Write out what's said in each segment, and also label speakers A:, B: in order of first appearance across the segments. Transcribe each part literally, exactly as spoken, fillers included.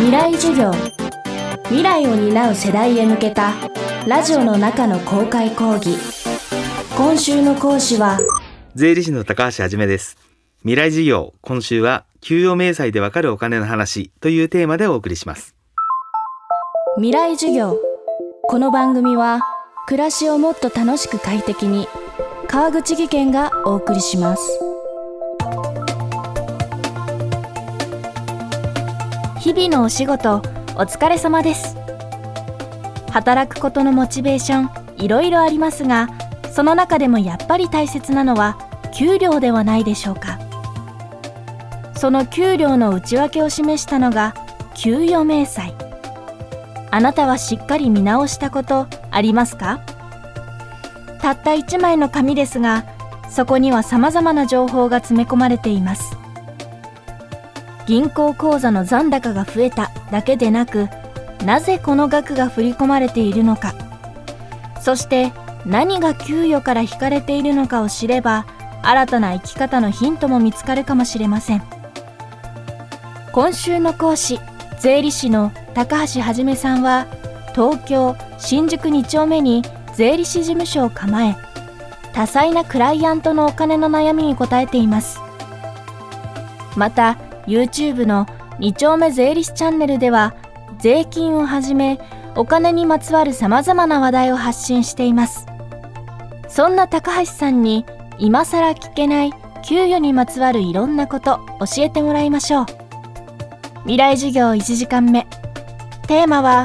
A: 未来授業、未来を担う世代へ向けたラジオの中の公開講義。今週の講師は
B: 税理士の高橋はじめです。未来授業、今週は給与明細でわかるお金の話というテーマでお送りします。
A: 未来授業。この番組は暮らしをもっと楽しく快適に、川口義賢がお送りします。日々のお仕事お疲れ様です。働くことのモチベーションいろいろありますが、その中でもやっぱり大切なのは給料ではないでしょうか。その給料の内訳を示したのが給与明細。あなたはしっかり見直したことありますか？たったいちまいの紙ですが、そこには様々な情報が詰め込まれています。銀行口座の残高が増えただけでなく、なぜこの額が振り込まれているのか、そして何が給与から引かれているのかを知れば、新たな生き方のヒントも見つかるかもしれません。今週の講師、税理士の高橋はじめさんは、東京新宿に丁目に税理士事務所を構え、多彩なクライアントのお金の悩みに答えています。また YouTube のに丁目税理士チャンネルでは、税金をはじめお金にまつわるさまざまな話題を発信しています。そんな高橋さんに今さら聞けない給与にまつわるいろんなこと教えてもらいましょう。未来授業いちじかんめ、テーマは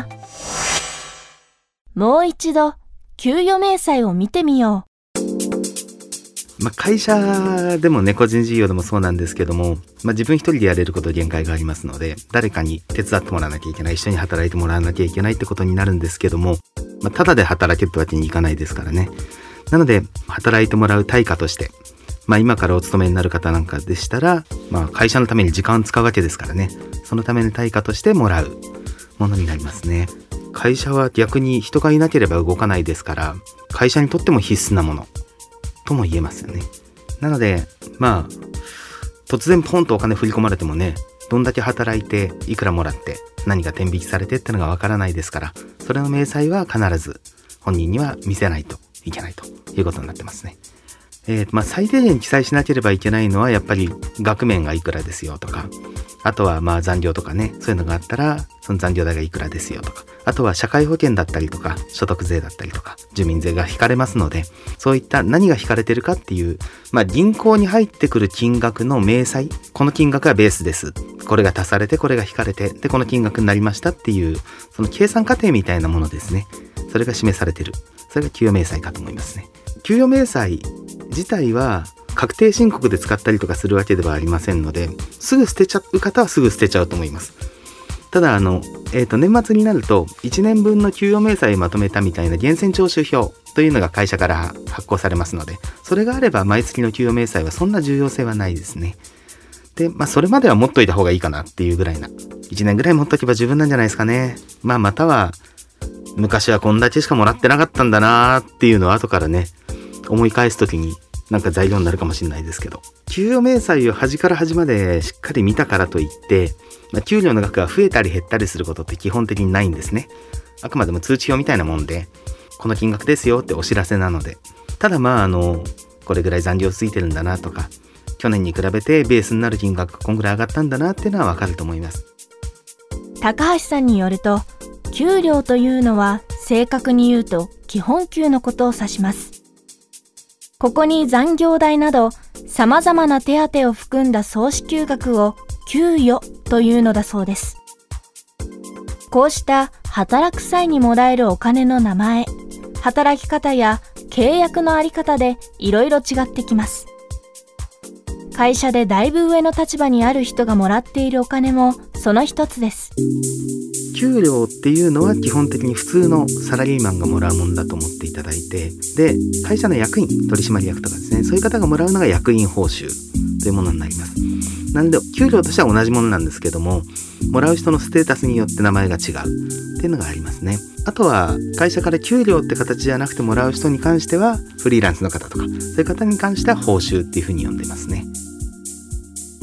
A: もう一度給与明細を見てみよう。
B: まあ、会社でもね、個人事業でもそうなんですけども、まあ、自分一人でやれること限界がありますので、誰かに手伝ってもらわなきゃいけない、一緒に働いてもらわなきゃいけないってことになるんですけども、まあ、ただで働けるってわけにいかないですからね。なので働いてもらう対価として、まあ、今からお勤めになる方なんかでしたら、まあ、会社のために時間を使うわけですからね、そのための対価としてもらうものになりますね。会社は逆に人がいなければ動かないですから、会社にとっても必須なものとも言えますよね。なのでまあ突然ポンとお金振り込まれてもね、どんだけ働いていくらもらって何が天引きされてってのがわからないですから、それの明細は必ず本人には見せないといけないということになってますね。えー、まあ最低限記載しなければいけないのはやっぱり額面がいくらですよとか、あとはまあ残業とかね、そういうのがあったらその残業代がいくらですよとか、あとは社会保険だったりとか所得税だったりとか住民税が引かれますので、そういった何が引かれてるかっていう、まあ銀行に入ってくる金額の明細、この金額はベースです、これが足されてこれが引かれて、でこの金額になりましたっていう、その計算過程みたいなものですね。それが示されてる、それが給与明細かと思いますね。給与明細自体は確定申告で使ったりとかするわけではありませんので、すぐ捨てちゃう方はすぐ捨てちゃうと思います。ただあの、えーと、年末になるといちねんぶんの給与明細をまとめたみたいな源泉徴収票というのが会社から発行されますので、それがあれば毎月の給与明細はそんな重要性はないですね。で、まあそれまでは持っといた方がいいかなっていうぐらいな、いちねんぐらい持っとけば十分なんじゃないですかね。まあまたは昔はこんだけしかもらってなかったんだなーっていうのを後からね思い返すときになんか材料になるかもしれないですけど、給与明細を端から端までしっかり見たからといって、まあ、給料の額が増えたり減ったりすることって基本的にないんですね。あくまでも通知表みたいなもんで、この金額ですよってお知らせなので、ただまああのこれぐらい残業ついてるんだなとか、去年に比べてベースになる金額がこんぐらい上がったんだなっていうのはわかると思います。
A: 高橋さんによると、給料というのは正確に言うと基本給のことを指します。ここに残業代など様々な手当を含んだ総支給額を給与というのだそうです。こうした働く際にもらえるお金の名前、働き方や契約のあり方でいろいろ違ってきます。会社でだいぶ上の立場にある人がもらっているお金もその一つです。
B: 給料っていうのは基本的に普通のサラリーマンがもらうものだと思っていただいて、で会社の役員、取締役とかですね、そういう方がもらうのが役員報酬というものになります。なので給料としては同じものなんですけども、もらう人のステータスによって名前が違うっていうのがありますね。あとは会社から給料って形じゃなくてもらう人に関してはフリーランスの方とか、そういう方に関しては報酬っていうふうに呼んでますね。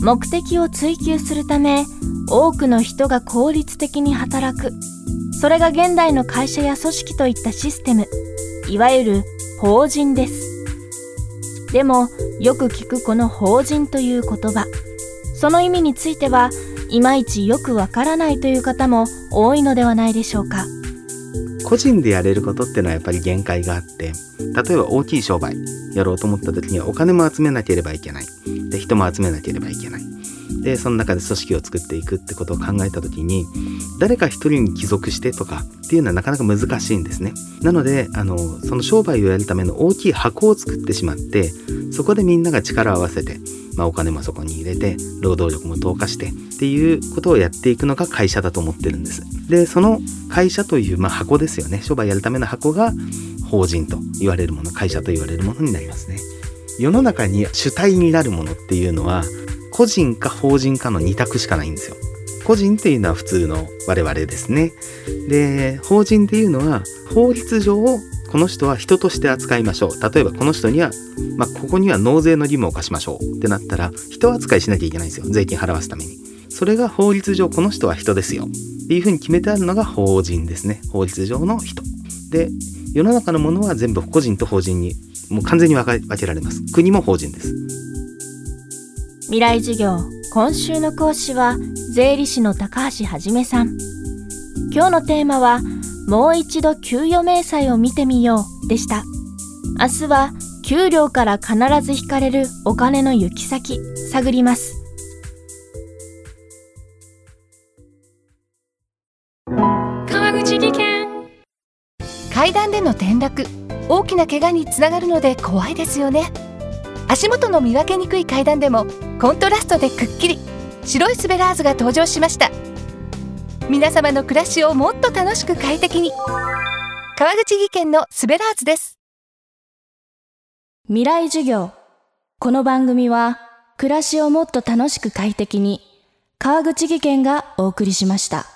A: 目的を追求するため多くの人が効率的に働く。それが現代の会社や組織といったシステム、いわゆる法人です。でもよく聞くこの法人という言葉、その意味についてはいまいちよくわからないという方も多いのではないでしょうか。
B: 個人でやれることってのはやっぱり限界があって、例えば大きい商売やろうと思った時にはお金も集めなければいけない。で、人も集めなければいけない。で、その中で組織を作っていくってことを考えた時に、誰か一人に帰属してとかっていうのはなかなか難しいんですね。なので、あの、その商売をやるための大きい箱を作ってしまって、そこでみんなが力を合わせて、まあお金もそこに入れて、労働力も投下してっていうことをやっていくのが会社だと思ってるんです。で、その会社という、まあ、箱ですよね。商売やるための箱が法人と言われるもの、会社と言われるものになりますね。世の中に主体になるものっていうのは、個人か法人かの二択しかないんですよ。個人っていうのは普通の我々ですね。で、法人っていうのは法律上この人は人として扱いましょう。例えばこの人には、まあ、ここには納税の義務を課しましょうってなったら人扱いしなきゃいけないんですよ。税金払わすために。それが法律上この人は人ですよっていうふうに決めてあるのが法人ですね。法律上の人。で、世の中のものは全部個人と法人にもう完全に分けられます。国も法人です。
A: 未来授業、今週の講師は税理士の高橋はじめさん。今日のテーマはもう一度給与明細を見てみようでした。明日は給料から必ず引かれるお金の行き先探ります。
C: 川口技研。階段での転落、大きな怪我につながるので怖いですよね。足元の見分けにくい階段でもコントラストでくっきり白いスベラーズが登場しました。皆様の暮らしをもっと楽しく快適に、川口技研のスベラーズです。
A: 未来授業。この番組は暮らしをもっと楽しく快適に、川口技研がお送りしました。